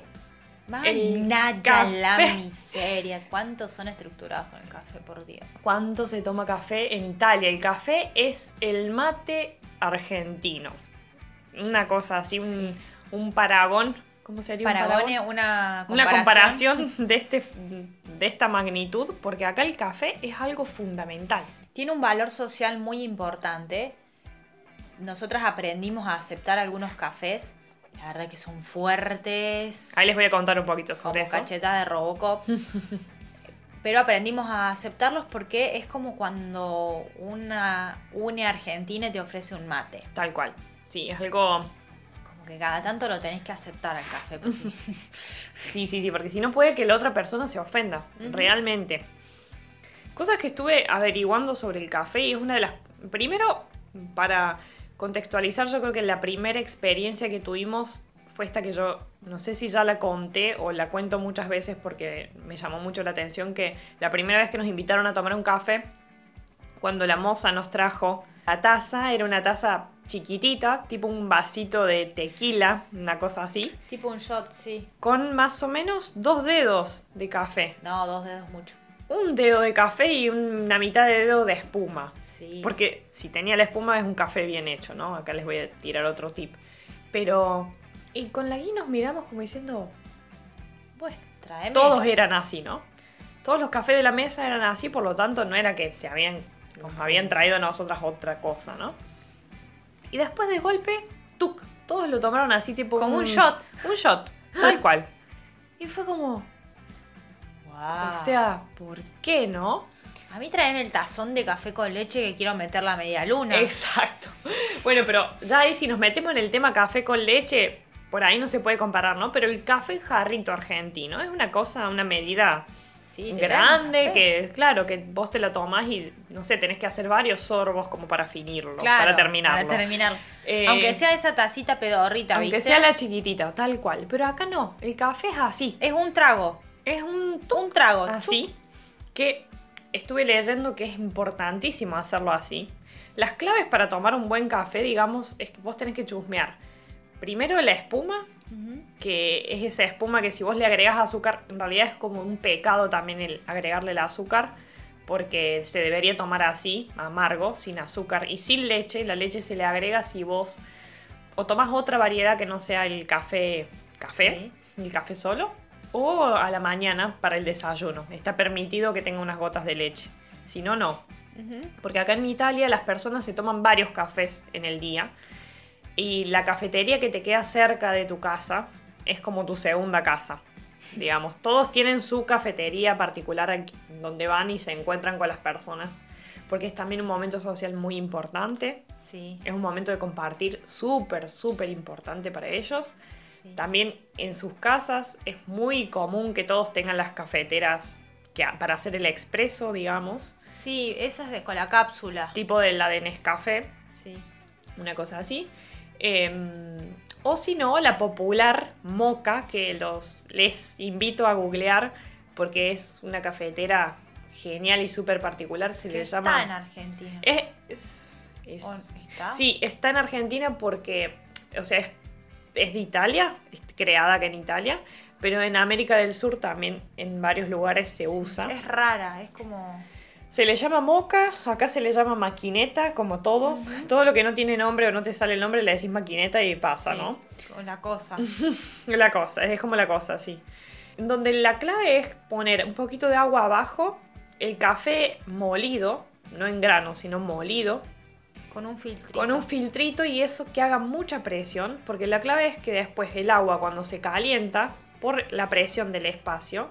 Vaya la miseria. ¿Cuántos son estructurados con el café por día? ¿Cuánto se toma café en Italia? El café es el mate argentino. Una cosa así, un, sí. un paragón. ¿Cómo sería Paragone, un paragón? Una comparación. Una comparación de, este, de esta magnitud, porque acá el café es algo fundamental. Tiene un valor social muy importante. Nosotras aprendimos a aceptar algunos cafés. La verdad que son fuertes. Ahí les voy a contar un poquito sobre como eso. Cacheta de Robocop. Pero aprendimos a aceptarlos porque es como cuando una une argentina y te ofrece un mate. Tal cual. Sí, es algo... Como que cada tanto lo tenés que aceptar al café. Porque... sí, sí, sí, porque si no puede que la otra persona se ofenda. Uh-huh. Realmente. Cosas que estuve averiguando sobre el café y es una de las... Primero, para... contextualizar, yo creo que la primera experiencia que tuvimos fue esta que yo, no sé si ya la conté o la cuento muchas veces porque me llamó mucho la atención, que la primera vez que nos invitaron a tomar un café, cuando la moza nos trajo la taza, era una taza chiquitita, tipo un vasito de tequila, una cosa así. Tipo un shot, sí. Con más o menos dos dedos de café. No, dos dedos mucho. Un dedo de café y una mitad de dedo de espuma. Sí. Porque si tenía la espuma es un café bien hecho, ¿no? Acá les voy a tirar otro tip. Pero... Y con la Gui nos miramos como diciendo... Bueno, Tráeme. todos eran así, ¿no? Todos los cafés de la mesa eran así, por lo tanto no era que se habían, nos habían traído a nosotras otra cosa, ¿no? Y después de golpe, ¡tuc! Todos lo tomaron así tipo... Como un shot. Un shot, tal cual. Y fue como... Wow. O sea, ¿por qué no? A mí tráeme el tazón de café con leche que quiero meter la media luna. Exacto. Bueno, pero ya ahí si nos metemos en el tema café con leche, por ahí no se puede comparar, ¿no? Pero el café jarrito argentino es una cosa, una medida Sí, te grande traen café. que, claro, que vos te la tomás y, no sé, tenés que hacer varios sorbos como para finirlo, Claro, para terminarlo. Para terminar. Eh, Aunque sea esa tacita pedorrita, Aunque ¿viste? sea la chiquitita, tal cual. Pero acá no, el café es así. Es un trago. Es un Un trago. así, que estuve leyendo que es importantísimo hacerlo así. Las claves para tomar un buen café, digamos, es que vos tenés que chusmear. Primero la espuma, Ujú. que es esa espuma que si vos le agregás azúcar, en realidad es como un pecado también el agregarle el azúcar, porque se debería tomar así, amargo, sin azúcar y sin leche. La leche se le agrega si vos o tomás otra variedad que no sea el café, café, el café solo, o a la mañana para el desayuno. Está permitido que tenga unas gotas de leche. Si no, no. Ujú. Porque acá en Italia las personas se toman varios cafés en el día. Y la cafetería que te queda cerca de tu casa es como tu segunda casa. Digamos, todos tienen su cafetería particular aquí, donde van y se encuentran con las personas. Porque es también un momento social muy importante. Sí. Es un momento de compartir súper, súper importante para ellos. Sí. También en sus casas es muy común que todos tengan las cafeteras que, para hacer el expreso, digamos. Sí, esas de con la cápsula. Tipo de la de Nescafé, Sí. una cosa así. Eh, o si no, la popular Moka, que los, les invito a googlear porque es una cafetera genial y súper particular. Se Que le está llama... en Argentina. Es, es- es- ¿O está? Sí, está en Argentina porque, o sea, es, es de Italia, es creada acá en Italia, pero en América del Sur también en varios lugares se usa. Es rara, es como... Se le llama moca, acá se le llama maquineta, como todo. Todo lo que no tiene nombre o no te sale el nombre le decís maquineta y pasa, sí, ¿no? con la cosa. La cosa, es como la cosa, sí. Donde la clave es poner un poquito de agua abajo, el café molido, no en grano, sino molido, Con un filtrito. con un filtrito y eso que haga mucha presión, porque la clave es que después el agua cuando se calienta por la presión del espacio,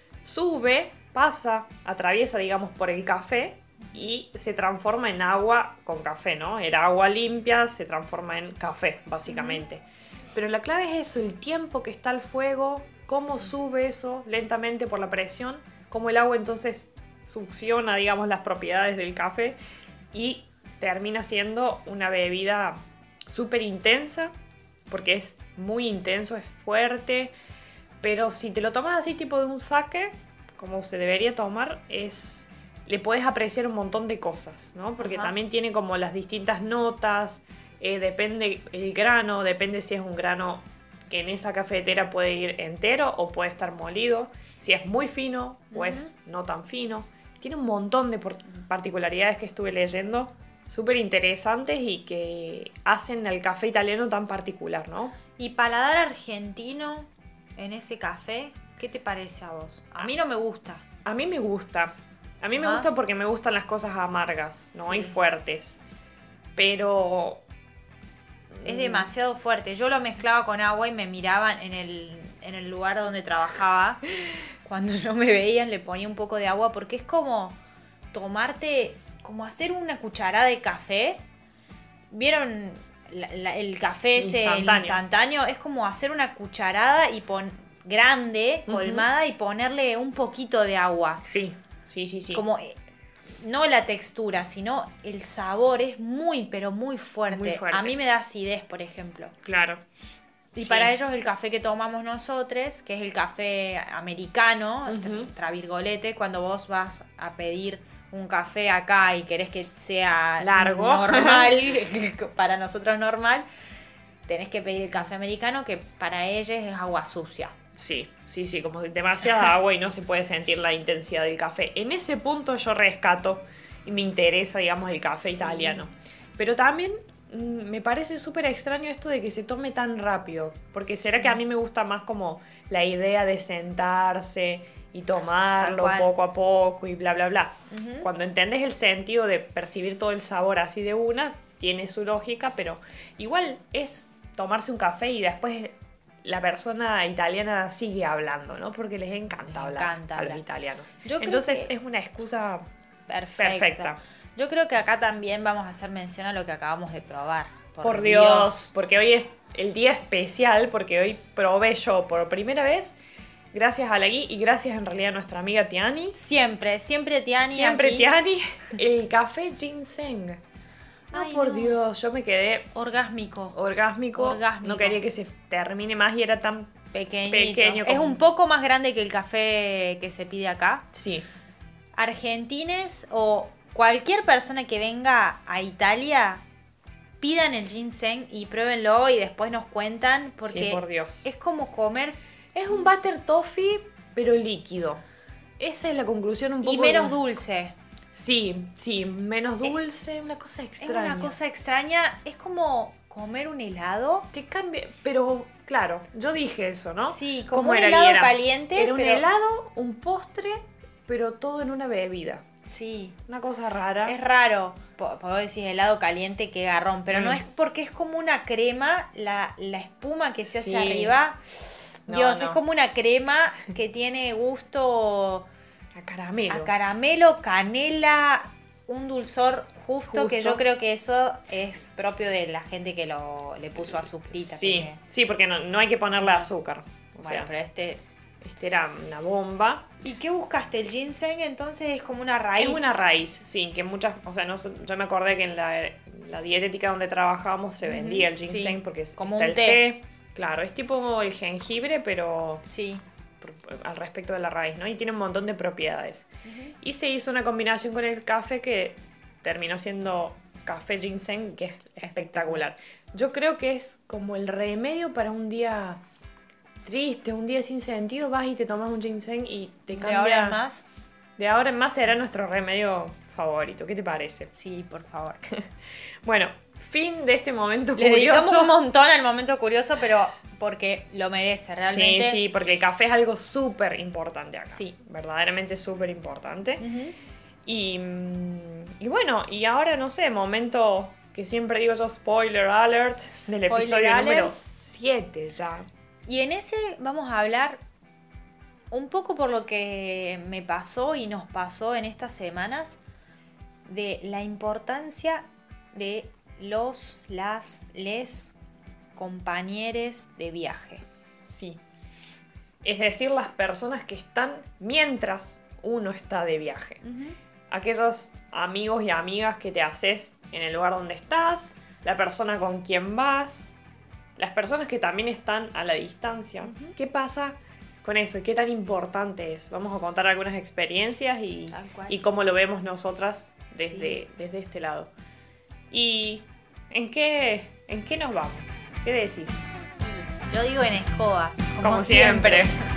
sube, pasa, atraviesa, digamos, por el café y se transforma en agua con café, ¿no? Era agua limpia, se transforma en café, básicamente. Pero la clave es eso, el tiempo que está al fuego, cómo sube eso lentamente por la presión, cómo el agua entonces succiona, digamos, las propiedades del café y termina siendo una bebida súper intensa, porque es muy intenso, es fuerte, pero si te lo tomas así tipo de un sake, como se debería tomar, es le puedes apreciar un montón de cosas, ¿no? Porque Ajá. también tiene como las distintas notas, eh, depende el grano, depende si es un grano que en esa cafetera puede ir entero o puede estar molido, si es muy fino o es no tan fino. Tiene un montón de por- particularidades que estuve leyendo, súper interesantes y que hacen al café italiano tan particular, ¿no? ¿Y paladar argentino en ese café? ¿Qué te parece a vos? A mí no me gusta. A mí me gusta. A mí me Ajá. gusta porque me gustan las cosas amargas, ¿no? Sí. Y fuertes. Pero... Es mm, demasiado fuerte. Yo lo mezclaba con agua y me miraban en el, en el lugar donde trabajaba. Cuando no me veían le ponía un poco de agua porque es como tomarte, como hacer una cucharada de café. ¿Vieron la- la- el café ese el Instantáneo. instantáneo? Es como hacer una cucharada y pon grande, Ujú. colmada y ponerle un poquito de agua. Sí, sí, sí, sí. Como eh, no la textura, sino el sabor es muy, pero muy fuerte. Muy fuerte. A mí me da acidez, por ejemplo. Claro. Y Sí. para ellos el café que tomamos nosotros, que es el café americano, Ujú. travirgolete, cuando vos vas a pedir un café acá y querés que sea Largo. normal, para nosotros normal, tenés que pedir el café americano, que para ellos es agua sucia. Sí, sí, sí, como demasiada agua y no se puede sentir la intensidad del café. En ese punto yo rescato y me interesa, digamos, el café Sí. italiano. Pero también mm, me parece súper extraño esto de que se tome tan rápido. Porque será Sí. que a mí me gusta más como la idea de sentarse y tomarlo Tal cual. poco a poco y bla, bla, bla. Ujú. Cuando entendés el sentido de percibir todo el sabor así de una, tiene su lógica, pero igual es tomarse un café y después la persona italiana sigue hablando, ¿no? Porque les encanta Les hablar encanta a los hablar. italianos. Yo creo Entonces que- es una excusa Perfecta. perfecta. Yo creo que acá también vamos a hacer mención a lo que acabamos de probar. Por, Dios, porque hoy es el día especial, porque hoy probé yo por primera vez, gracias a la Gui y gracias en realidad a nuestra amiga Tiani. Siempre, siempre Tiani. Siempre aquí. Tiani, el café ginseng. No, Ay, por no. Dios, yo me quedé Orgásmico. orgásmico, Orgásmico. no quería que se termine más y era tan Pequeñito. pequeño Es como- un poco más grande que el café que se pide acá. sí, Argentines o cualquier persona que venga a Italia, pidan el ginseng y pruébenlo y después nos cuentan, porque sí, por Dios. es como comer Es un butter toffee, pero líquido. Esa es la conclusión un poco. y menos de- dulce. Sí, sí, menos dulce, una cosa Es extraña. una cosa extraña, es como comer un helado. Te cambia, pero claro, yo dije eso, ¿no? Sí, como ¿Cómo un era? Y helado era- caliente, Era un pero- helado, un postre, pero todo en una bebida. Sí, Una cosa rara. es raro. Po- Puedo decir helado caliente, que garrón, pero Mm. no es porque es como una crema, la, la espuma que se hace Sí. arriba. No, Dios, no. es como una crema que tiene gusto A caramelo. a caramelo, canela, un dulzor justo, que Justo. yo creo que eso es propio de la gente que lo, le puso azucrita. Sí, porque- sí, porque no, no hay que ponerle azúcar. O Bueno, sea, pero este... este era una bomba. ¿Y qué buscaste? El ginseng entonces es como una raíz. Es una raíz, sí, que muchas, o sea, no, sé, yo me acordé que en la, la dietética donde trabajábamos se Ujú, vendía el sí, ginseng porque es como está un el té. Claro, es tipo el jengibre, pero Sí. por- al respecto de la raíz, ¿no? Y tiene un montón de propiedades. Y se hizo una combinación con el café que terminó siendo café ginseng, que es espectacular. Yo creo que es como el remedio para un día triste, un día sin sentido, vas y te tomas un ginseng y te De cambia. ahora en más. De ahora en más será nuestro remedio favorito. ¿Qué te parece? Sí, por favor. Bueno, fin de este momento Le dedicamos curioso. un montón al momento curioso, pero porque lo merece realmente. Sí, sí, porque el café es algo súper importante acá. Sí. Verdaderamente súper importante. Ujú. Y, mm, y bueno, y ahora no sé, momento que siempre digo yo, spoiler alert, del Spoiler episodio alert. número siete ya. Y en ese vamos a hablar un poco por lo que me pasó y nos pasó en estas semanas de la importancia de los, las, les compañeros de viaje. Sí. Es decir, las personas que están mientras uno está de viaje. Aquellos amigos y amigas que te haces en el lugar donde estás, la persona con quien vas, las personas que también están a la distancia. Ujú. ¿Qué pasa con eso? ¿Qué tan importante es? Vamos a contar algunas experiencias y, Tal cual. y cómo lo vemos nosotras desde, desde este lado. ¿Y en qué, en qué nos vamos? ¿Qué decís? Yo digo en escoba, como, Como siempre. siempre.